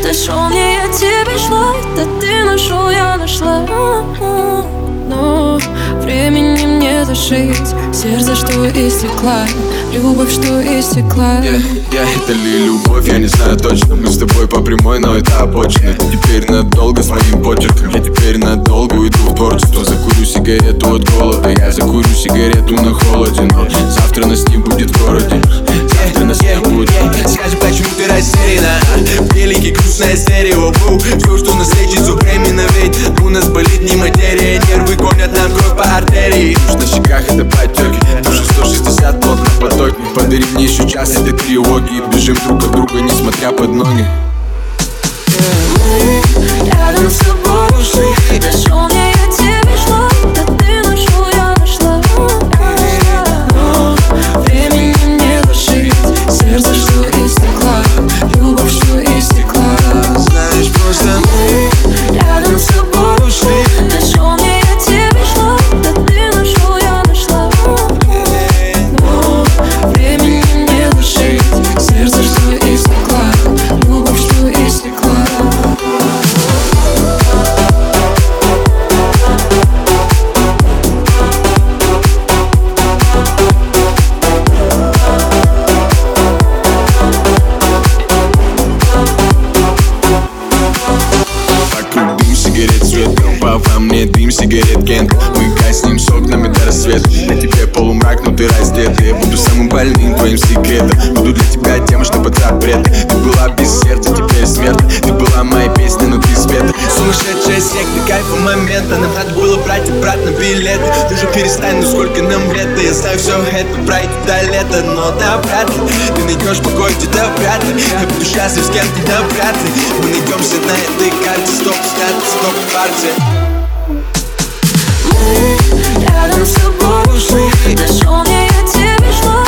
Ты шел мне, я тебе шла, да ты нашел, я нашла. Но времени мне зашить сердце, что истекла, любовь, что истекла. Это ли любовь, я не знаю точно. Мы с тобой по прямой, но это обочина. Ты теперь надолго с моим почерком. Я теперь надолго уйду в творчество. Закурю сигарету от голода. Я закурю сигарету на холоде. Но завтра нас не будет в городе. Завтра нас не будет. Скажи, почему ты растеряна? Великий грустное стерео. Все, что нас лечит, все временно. Ведь у нас болит не материя. Нервы гонят нам кровь по артерии. Уж на щеках это потеки. Душа 160 плот на потоке. Подари мне еще час этой тревоги. И бежим друг от друга, несмотря под ноги. Мы рядом с тобой ушли. Ты шел мне, я тебе шла, да ты нашел, я нашла. Но времени мне зашить сердце, что истекла, любовь, что истекла. Знаешь, просто мы рядом с тобой ушли. Ты шел мне, я тебе шла, да ты нашел, я нашла. Но времени мне зашить сердце, что истекла, любовь, что истекла. Вокруг дым сигарет цвет, во мне дым сигарет Кент. Мы гаснем с окнами до рассвета. На тебе полумрак, но ты раздета. Я буду самым больным твоим секретом. Буду для тебя тем, что под запрет. Ты была без сердца, теперь смерть. Ты была моей песней, но ты света. сумасшедшая секта, кайфа момента. Нам надо было брать обратно билеты. Ты же перестань, ну сколько нам лет. Я знаю все это, пройти до лета. Но да вряд ли ты найдешь покой где-то вряд ли. Я буду счастлив с кем-то, да вряд ли. Мы найдемся на этой карте. Стоп, снято, стоп, партия. Мы рядом с тобой ушли. Ты шел мне, я тебе шла,